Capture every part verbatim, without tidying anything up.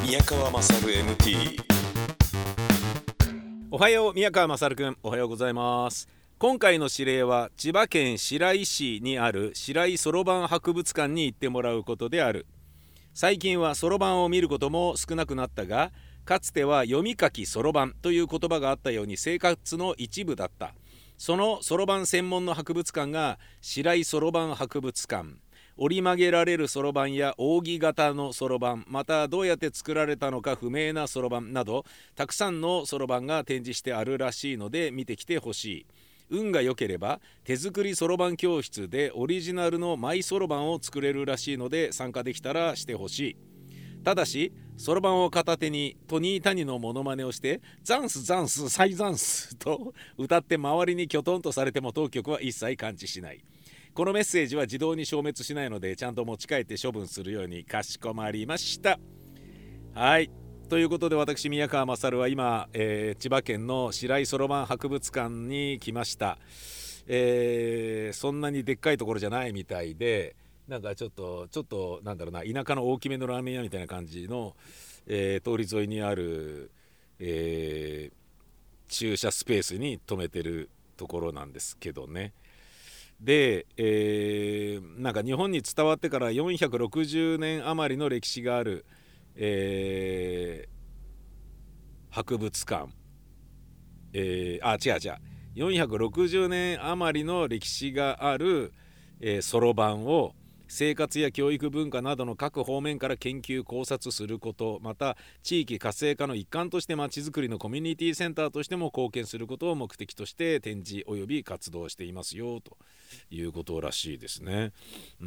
宮川勝 エムティー。 おはよう、宮川勝くん。おはようございます。今回の指令は千葉県白井市にある白井そろばん博物館に行ってもらうことである。最近はそろばんを見ることも少なくなったが、かつては読み書きそろばんという言葉があったように生活の一部だった。そのそろばん専門の博物館が白井そろばん博物館。折り曲げられるそろばんや扇形のそろばん、またどうやって作られたのか不明なそろばんなど、たくさんのそろばんが展示してあるらしいので見てきてほしい。運が良ければ手作りそろばん教室でオリジナルのマイそろばんを作れるらしいので、参加できたらしてほしい。ただしそろばんを片手にトニー谷のモノマネをしてザンスザンスサイザンスと歌って周りにキョトンとされても当局は一切感知しない。このメッセージは自動に消滅しないので、ちゃんと持ち帰って処分するように。かしこまりました。はい、ということで私宮川勝は今、えー、千葉県の白井そろばん博物館に来ました。えー、そんなにでっかいところじゃないみたいで、なんかちょっとちょっとなんだろうな、田舎の大きめのラーメン屋みたいな感じの、えー、通り沿いにある、えー、駐車スペースに止めてるところなんですけどね。で、えー、なんか日本に伝わってからよんひゃくろくじゅうねん余りの歴史がある、えー、博物館、えー、あ違う違うよんひゃくろくじゅうねん余りの歴史があるそろばんを生活や教育文化などの各方面から研究考察すること、また地域活性化の一環としてまちづくりのコミュニティセンターとしても貢献することを目的として展示及び活動していますよということらしいですね。うん、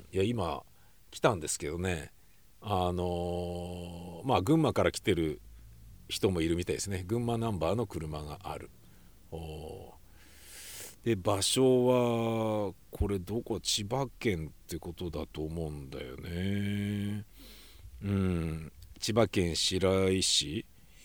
いや今来たんですけどね、あのー、まあ群馬から来てる人もいるみたいですね。群馬ナンバーの車がある。おで場所はこれどこ、千葉県ってことだと思うんだよね。うん、千葉県白井市、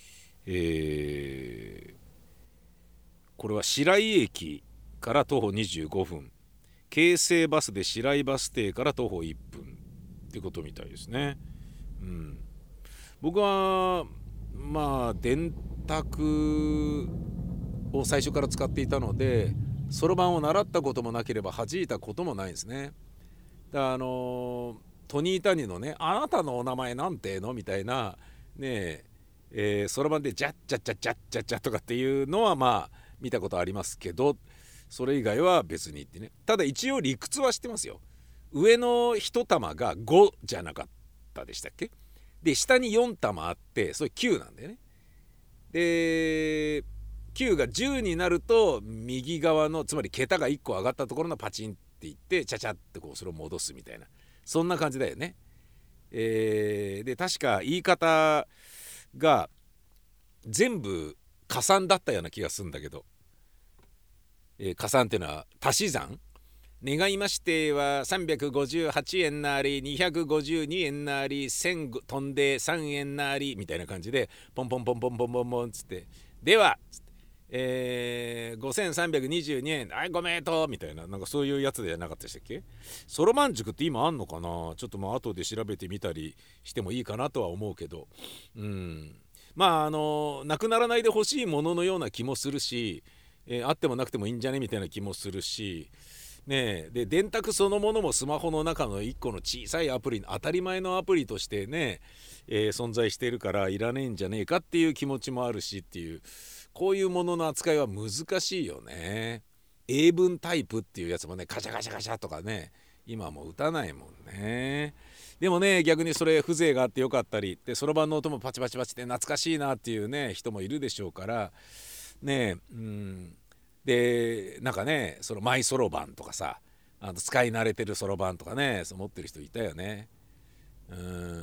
えー、これは白井駅から徒歩にじゅうごふん、京成バスで白井バス停から徒歩いっぷんってことみたいですね。うん、僕はまあ電卓を最初から使っていたので、そろばんを習ったこともなければ弾いたこともないんですね。だからあのトニー谷のね、あなたのお名前なんてのみたいなねえ、そろばんでジャッジャッジャッジャッジャッジャッとかっていうのはまあ見たことありますけど、それ以外は別にってね。ただ一応理屈はしてますよ。上の一玉がごじゃなかったでしたっけ。で下によん玉あって、それきゅうなんだよね。できゅうがじゅうになると右側の、つまり桁がいっこ上がったところのパチンっていってチャチャってこうそれを戻すみたいな、そんな感じだよね。えー、で確か言い方が全部加算だったような気がするんだけど、えー、加算っていうのは足し算、願いましてはさんびゃくごじゅうはちえんなりにひゃくごじゅうにえんなりせん飛んでさんえんなりみたいな感じでポンポンポンポンポンポンポンつって、ではつって、えー、ごせんさんびゃくにじゅうにえん、はいごめんとみたいな、なんかそういうやつじゃなかったでしたっけ。そろばん塾って今あんのかな。ちょっとまあ後で調べてみたりしてもいいかなとは思うけど、うんまああのなくならないでほしいもののような気もするし、えー、あってもなくてもいいんじゃねみたいな気もするしね。えで電卓そのものもスマホの中のいっこの小さいアプリ、当たり前のアプリとしてね、えー、存在しているからいらねえんじゃねえかっていう気持ちもあるしっていう、こういうものの扱いは難しいよね。英文タイプっていうやつもね、カシャカシャカシャとかね、今もう打たないもんね。でもね逆にそれ風情があってよかったりで、そろばんの音もパチパチパチって懐かしいなっていうね人もいるでしょうからね。うんでなんかね、そのマイそろばんとかさ、あの使い慣れてるそろばんとかね、そう持ってる人いたよね。うん、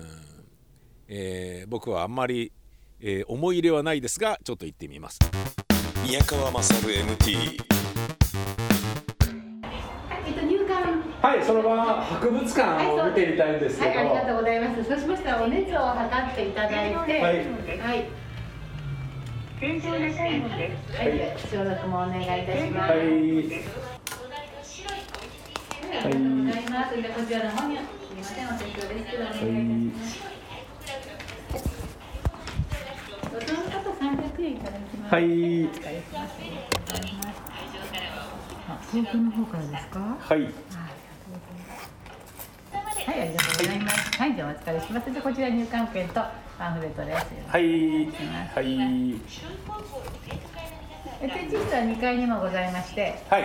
えー、僕はあんまり、えー、思い入れはないですがちょっと行ってみます。 宮川勝 エムティー。 はい、そろばん博物館を見てみたいんですけど、 はい、ありがとうございます。そうしましたらお熱を測っていただいて、はい、はい、 正常な体温です。 はい、消毒もお願いいたします。 はい、 ありがとうございます。じゃあこちらの方にすみません、お手数ですけどお願いいたします。 はい。 お疲れ様です。あ、東京の方からですか。 はい。 はい、ありがとうございます。はい、じゃあお疲れします。じゃあこちら入館券とパンフレットです。 はい。はい。 展示室はにかいにもございまして、 はいはい、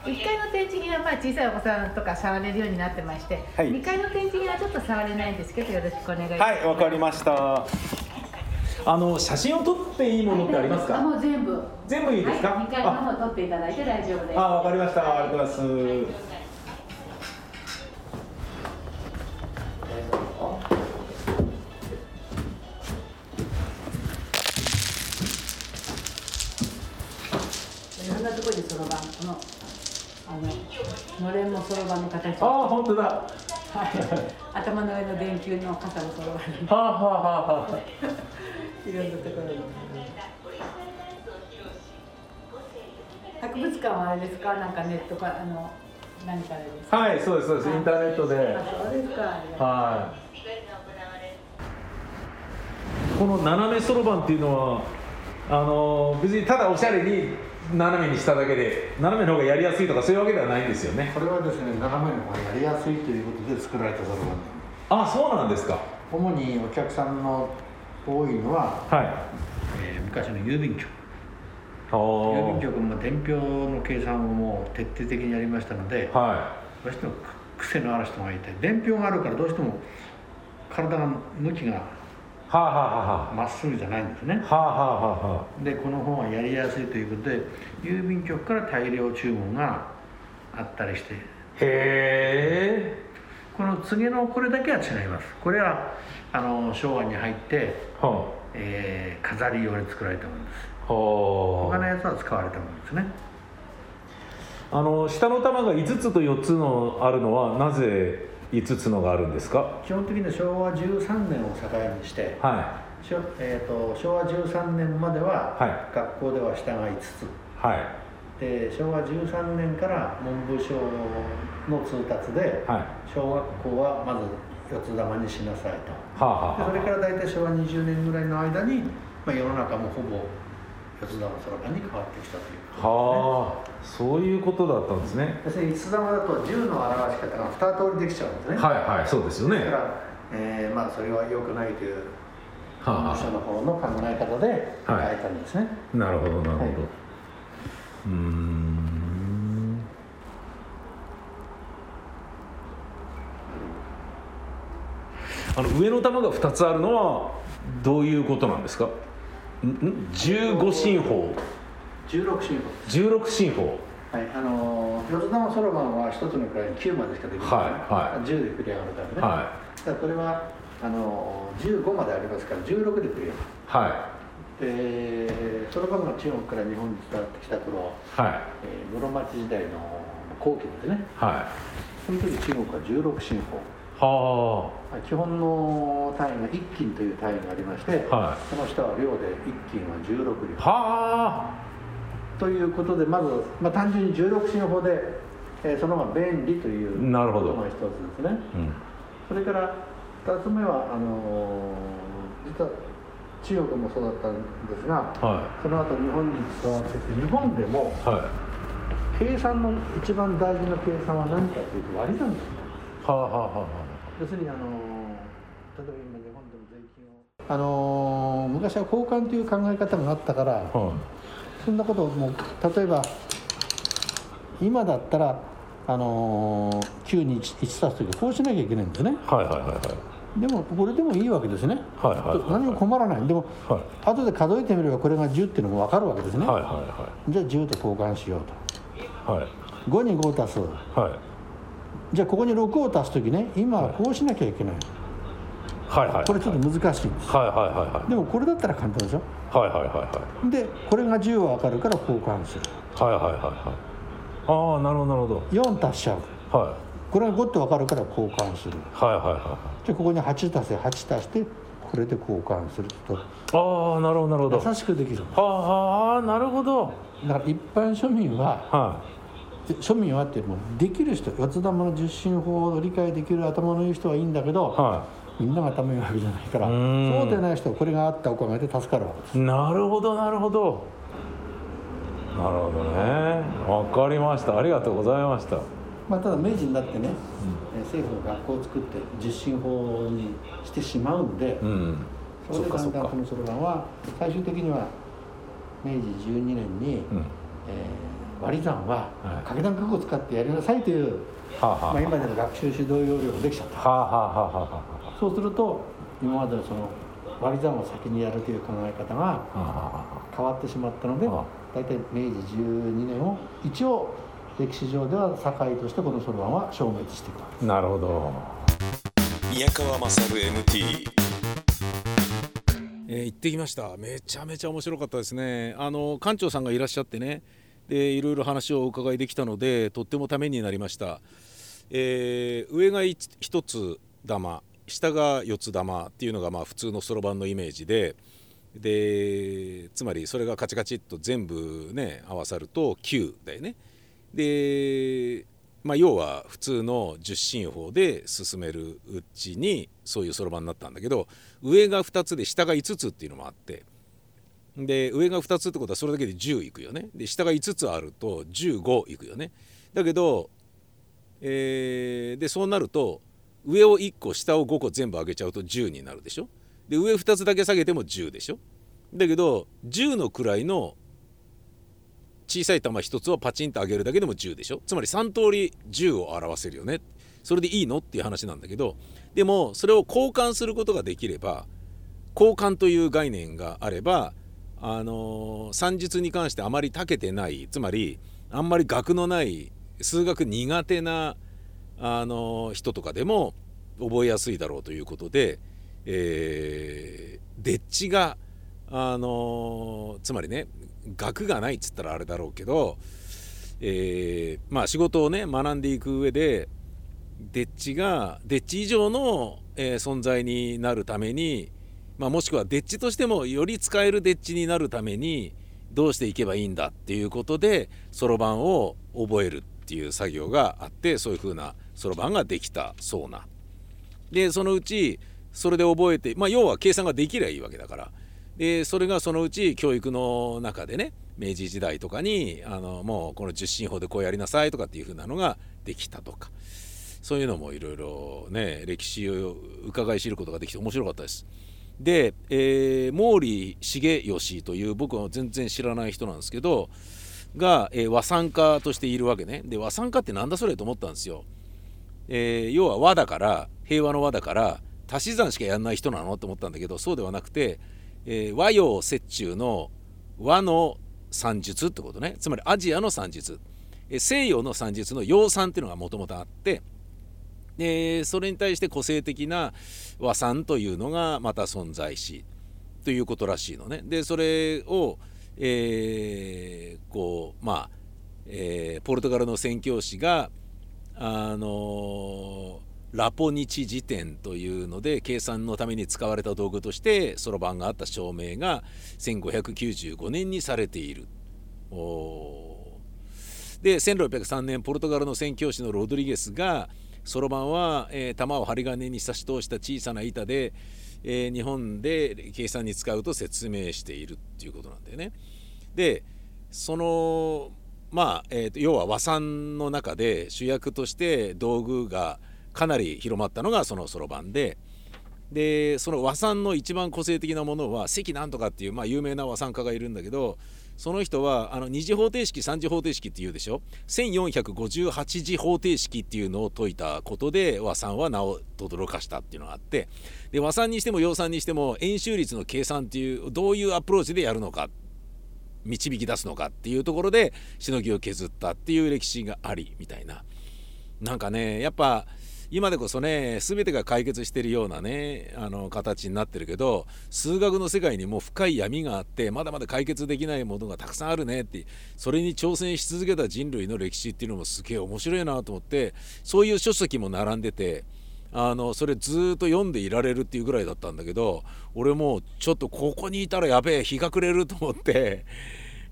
いっかいの展示にはまあ小さいお子さんとか触れるようになってまして、はい、にかいの展示にはちょっと触れないんですけど、よろしくお願いします。 はい、わかりました。あの写真を撮っていいものってありますか？ はい、もう全部全部いいですか？ はい、にかいの方を撮っていただいて大丈夫です。 あ、わかりました。ありがとうございます。 いろんなところにそろばん、このあののれんもそろばんの形。 ああ、本当だ。 はい、頭の上の電球の傘もそろばん。 はあはあはあはあ。 いろんなところに。博物館はあれですか、なんかネットか、あの何からですか。 はい、そうですそうです。インターネットで。 あ、そうですか。 はい。この斜めそろばんっていうのは、あの別にただおしゃれに斜めにしただけで、斜めの方がやりやすいとかそういうわけではないんですよね。 これはですね、斜めの方がやりやすいということで作られたそろばん。 あ、そうなんですか。 主にお客さんの多いのは、 はい、 えー、昔の郵便局。郵便局も伝票の計算をもう徹底的にやりましたので、はい、どうしても癖のある人がいて、伝票があるからどうしても体が向きがまっすぐじゃないんですね。はあはあはあ、でこの方がやりやすいということで、郵便局から大量注文があったりして、へえ。この次のこれだけは違います。これはあの昭和に入って、はあ、えー、飾り用で作られたものです。はあ、他のやつは使われたものですね。 あの下の玉がいつつとよっつのあるのはなぜいつつのがあるんですか？ 基本的に昭和じゅうさんねんを境にして、はい、しょえー、と昭和じゅうさんねんまでは、はい、学校では下がいつつ、はい、で昭和じゅうさんねんから文部省の通達で、はい、小学校はまず四つ玉にしなさいと、はあはあ、でそれから大体昭和にじゅうねんぐらいの間に、まあ、世の中もほぼ四つ玉そろばんに変わってきたということですね。はあ、そういうことだったんですね。要するに五つ玉だとじゅうの表し方がに通りできちゃうんですね。はいはい、そうですよね。だから、えー、まあそれは良くないという文部省の方の考え方で変えたんですね。はい、なるほどなるほど。はい、うーん。あの上の玉がふたつあるのはどういうことなんですか？んじゅうご進法、じゅうろく進法、じゅうろく進法、はい、あの四つ玉そろばんはひとつの位にきゅうまでしかできない、はいはい、じゅうで繰り上がるからね、はい、だからこれはあのじゅうごまでありますからじゅうろくで繰り上がる、はい、でそろばんが中国から日本に伝わってきた頃、はい、えー、室町時代の後期ですね、はい、その時中国はじゅうろく進法、はあ、基本の単位が一斤という単位がありまして、はい、その下は量で一斤はじゅうろく両、はあ、ということでまず、まあ、単純にじゅうろく進法で、えー、その方が便利ということが一つですね、うん、それからふたつめはあのー、実は中国もそうだったんですが、はい、その後日本に伝わってきて日本でも、はい、計算の一番大事な計算は何かというと割り算です。はあはあはあ、要するにあの例えば今日本でも税金をあの昔は交換という考え方があったから、はい、そんなことも例えば今だったらあのきゅうにいち足すときこうしなきゃいけないんですね。はいはいはいはい。でもこれでもいいわけですね。はいはいはいはい、何も困らない。でも、はい、後で数えてみればこれがじゅうっていうのも分かるわけですね。はいはいはい。じゃあじゅうと交換しようと。はい。ごにご足す。はい。じゃあここにろくを足すときね、今はこうしなきゃいけない、はいはいはい、これちょっと難しいんです、はいはいはいはい、でもこれだったら簡単でしょ、はいはいはいはい、でこれがじゅうは分かるから交換する、はいはいはいはい、ああなるほどなるほど、よん足しちゃう、はい、これがごって分かるから交換する、はいはいはい、じゃあここにはち足せはち足してこれで交換すると、ああなるほどなるほど、優しくできる、はあなるほど、だから一般庶民は、はい、庶民はってもうできる人、四つ玉の十進法を理解できる頭のいい人はいいんだけど、はい、みんなが頭いいわけじゃないから、そうでない人はこれがあったおかげで助かるわけです。なるほどなるほど。 なるほどね、わかりました。ありがとうございました。 まあ、ただ明治になってね、うん、政府が学校を作って十進法にしてしまうので、うん、それでだんだんこのそろばんは最終的には明治じゅうにねんに、うん、えー、割り算は掛け算九九を使ってやりなさいという、はい、まあ、今での学習指導要領ができちゃった。はあはあはあはあ、そうすると今までのその割り算を先にやるという考え方が変わってしまったので、大体明治じゅうにねんを一応歴史上では境としてこのそろばんは消滅していくわけです。 なるほど。 宮川勝 エムティー、 えー、行ってきました。めちゃめちゃ面白かったですね。あの館長さんがいらっしゃってね、でいろいろ話をお伺いできたのでとってもためになりました。えー、上が一つ玉、下が四つ玉っていうのがまあ普通のそろばんのイメージで、でつまりそれがカチカチっと全部ね合わさるときゅうだよね。で、まあ、要は普通の十進法で進めるうちにそういうそろばんになったんだけど、上がふたつで下がいつつっていうのもあって、で上がふたつってことはそれだけでじゅういくよね。で下がいつつあるとじゅうごいくよね。だけど、えー、でそうなると上をいっこ下をごこ全部上げちゃうとじゅうになるでしょ。で上ふたつだけ下げてもじゅうでしょ。だけどじゅうの位の小さい玉ひとつをパチンと上げるだけでもじゅうでしょ。つまりさん通りじゅうを表せるよね。それでいいのっていう話なんだけど、でもそれを交換することができれば、交換という概念があれば、あのー、算術に関してあまり長けてない、つまりあんまり学のない数学苦手な、あのー、人とかでも覚えやすいだろうということで、えー、デッチが、あのー、つまりね学がないっつったらあれだろうけど、えー、まあ仕事をね学んでいく上でデッチがデッチ以上の、えー、存在になるために、まあ、もしくはデッチとしてもより使えるデッチになるためにどうしていけばいいんだっていうことでそろばんを覚えるっていう作業があって、そういう風なそろばんができたそうな。でそのうちそれで覚えて、まあ要は計算ができりゃいいわけだから、でそれがそのうち教育の中でね明治時代とかにあのもうこの十進法でこうやりなさいとかっていう風なのができたとか、そういうのもいろいろね歴史を伺い知ることができて面白かったです。で、えー、毛利重義という僕は全然知らない人なんですけどが、えー、和算家としているわけね。で和算家ってなんだそれと思ったんですよ。えー、要は和だから平和の和だから足し算しかやんない人なのと思ったんだけど、そうではなくて、えー、和洋折衷の和の算術ってことね。つまりアジアの算術、えー、西洋の算術の洋算っていうのがもともとあって、でそれに対して個性的な和算というのがまた存在しということらしいのね。でそれを、えー、こうまあ、えー、ポルトガルの宣教師があのラポニチ辞典というので計算のために使われた道具としてそろばんがあった証明がせんごひゃくきゅうじゅうごねんにされている。おでせんろっぴゃくさんねんポルトガルの宣教師のロドリゲスがそろばんは、えー、玉を針金に差し通した小さな板で、えー、日本で計算に使うと説明しているっていうことなんだよね。でそのまあ、えーと、要は和算の中で主役として道具がかなり広まったのがそのそろばんで、でその和算の一番個性的なものは関なんとかっていう、まあ、有名な和算家がいるんだけど、その人はあのに次方程式さん次方程式っていうでしょ。せんよんひゃくごじゅうはち次方程式っていうのを解いたことで和算は名を轟かしたっていうのがあって、で和算にしても洋算にしても円周率の計算っていうどういうアプローチでやるのか導き出すのかっていうところでしのぎを削ったっていう歴史がありみたいな。なんかねやっぱ今でこそね全てが解決してるようなねあの形になってるけど、数学の世界にも深い闇があってまだまだ解決できないものがたくさんあるねって、それに挑戦し続けた人類の歴史っていうのもすげえ面白いなと思って、そういう書籍も並んでてあのそれずっと読んでいられるっていうぐらいだったんだけど、俺もうちょっとここにいたらやべえ日が暮れると思って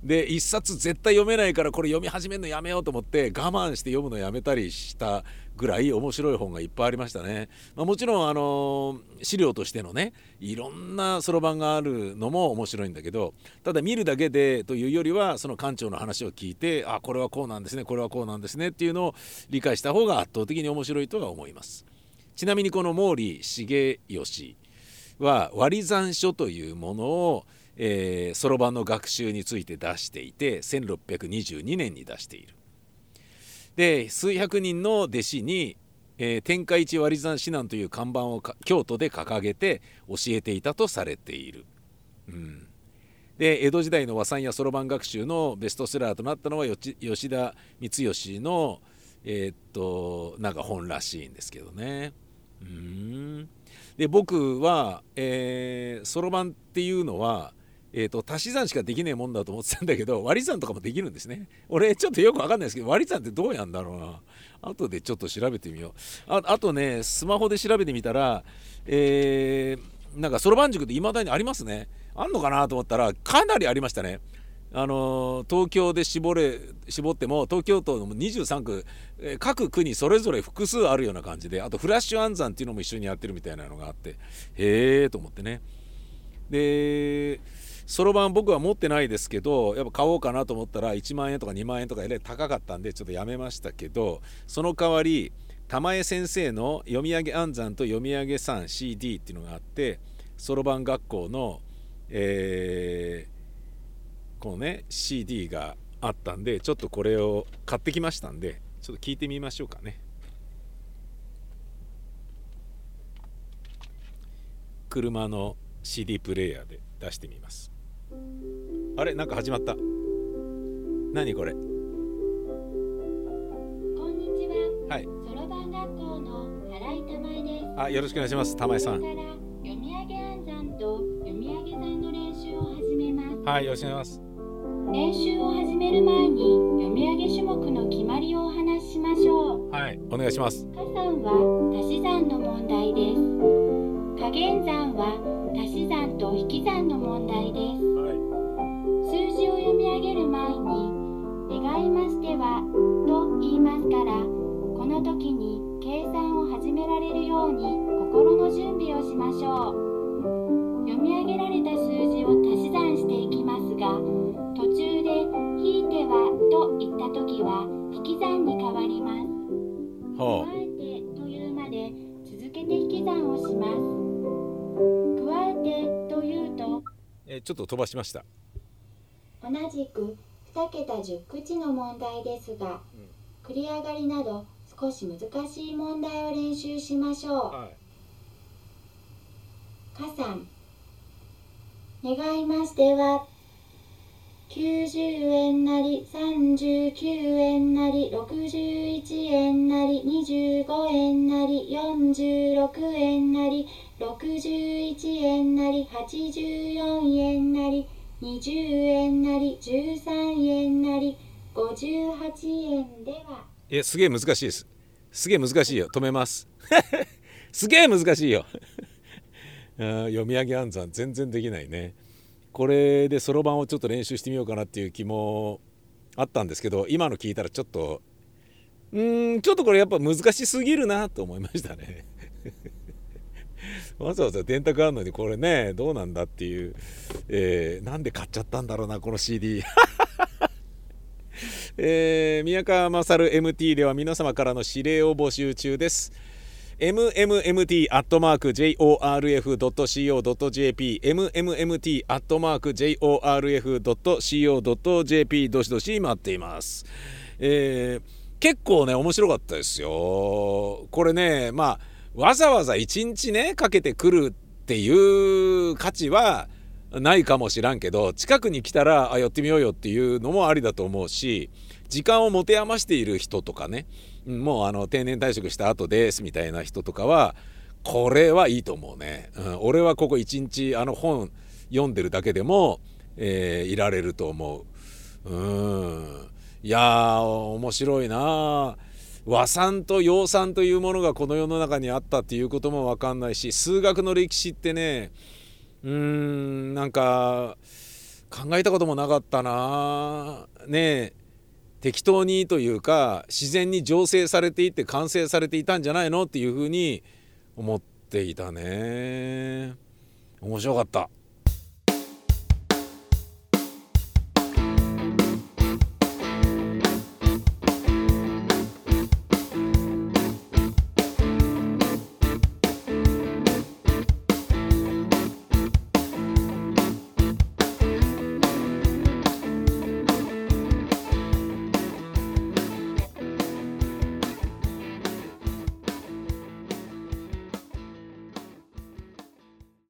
で一冊絶対読めないからこれ読み始めるのやめようと思って我慢して読むのやめたりしたぐらい面白い本がいっぱいありましたね。まあ、もちろんあの資料としてのねいろんなそろばんがあるのも面白いんだけど、ただ見るだけでというよりはその館長の話を聞いて、あこれはこうなんですねこれはこうなんですねっていうのを理解した方が圧倒的に面白いとは思います。ちなみにこの毛利重義は割り算書というものをそろばんの学習について出していてせんろっぴゃくにじゅうにねんに出している。で数百人の弟子に、えー、天下一割り算指南という看板を京都で掲げて教えていたとされている。うん、で江戸時代の和算やそろばん学習のベストセラーとなったのは吉田光義のえー、っとなんか本らしいんですけどね。うーんで僕はそろばんっていうのはえー、と足し算しかできねえもんだと思ってたんだけど割り算とかもできるんですね。俺ちょっとよく分かんないですけど割り算ってどうやんだろうな。後でちょっと調べてみよう。 あ, あとねスマホで調べてみたら、えー、なんかそろばん塾っていまだにありますね。あんのかなと思ったらかなりありましたね。あの東京で絞れ絞っても東京都のにじゅうさんく、えー、各区にそれぞれ複数あるような感じで、あとフラッシュ暗算っていうのも一緒にやってるみたいなのがあって、へーと思ってね。でそろばん僕は持ってないですけどやっぱ買おうかなと思ったらいちまんえんとかにまんえんとかえらい高かったんでちょっとやめましたけど、その代わり玉江先生の読み上げ暗算と読み上げ算 シーディー っていうのがあってそろばん学校の、えー、このね シーディー があったんでちょっとこれを買ってきましたんでちょっと聞いてみましょうかね。車の シーディー プレイヤーで出してみます。あれなんか始まった。何これ。 こんにちは。 はい。 そろばん学校の原井玉江です。 あ、よろしくお願いします。玉江さん。 これから読み上げ暗算と読み上げ算の練習を始めます。 はい、よろしくお願いします。 練習を始める前に読み上げ種目の決まりをお話ししましょう。 はい、お願いします。 加算は足し算の問題です。加減算は足し算と引き算の問題です。数字を読み上げる前に願いましてはと言いますから、この時に計算を始められるように心の準備をしましょう。読み上げられた数字を足し算していきますが、途中で引いてはと言った時は引き算に変わります。 はあ、 加えてというまで続けて引き算をします。加えてというと、 えちょっと飛ばしました。 同じくにけたじゅうくちの問題ですが、繰り上がりなど少し難しい問題を練習しましょう。 はい、 加算。願いましてはきゅうじゅうえんなりさんじゅうきゅうえんなりろくじゅういちえんなりにじゅうごえんなりよんじゅうろくえんなりろくじゅういちえんなりはちじゅうよんえんなりにじゅうえんなりじゅうさんえんなりごじゅうはちえんでは。 えすげえ難しいです。すげえ難しいよ。止めますすげえ難しいよ読み上げ暗算全然できないね。これでそろばんをちょっと練習してみようかなっていう気もあったんですけど、今の聞いたらちょっとうーんちょっとこれやっぱ難しすぎるなと思いましたねわざわざ電卓あるのにこれねどうなんだっていう、えー、なんで買っちゃったんだろうなこの シーディー えー、宮川勝 エムティー では皆様からの指令を募集中です。 エムエムエムティー アットマーク ジェイオーアールエフ ドット シーオー ドット ジェーピー エムエムエムティー アットマーク ジェイオーアールエフ ドット シーオー ドット ジェーピー どしどし待っています。えー、結構ね面白かったですよこれね。まあわざわざいちにちねかけてくるっていう価値はないかもしらんけど、近くに来たらあやってみようよっていうのもありだと思うし、時間を持て余している人とかね、もうあの定年退職した後ですみたいな人とかはこれはいいと思うね、うん、俺はここいちにちあの本読んでるだけでも、えー、いられると思う。うんいやー面白いな。和算と洋算というものがこの世の中にあったっていうことも分かんないし、数学の歴史ってねうーんなんか考えたこともなかったなねえ、適当にというか自然に醸成されていって完成されていたんじゃないのっていうふうに思っていたね。面白かった。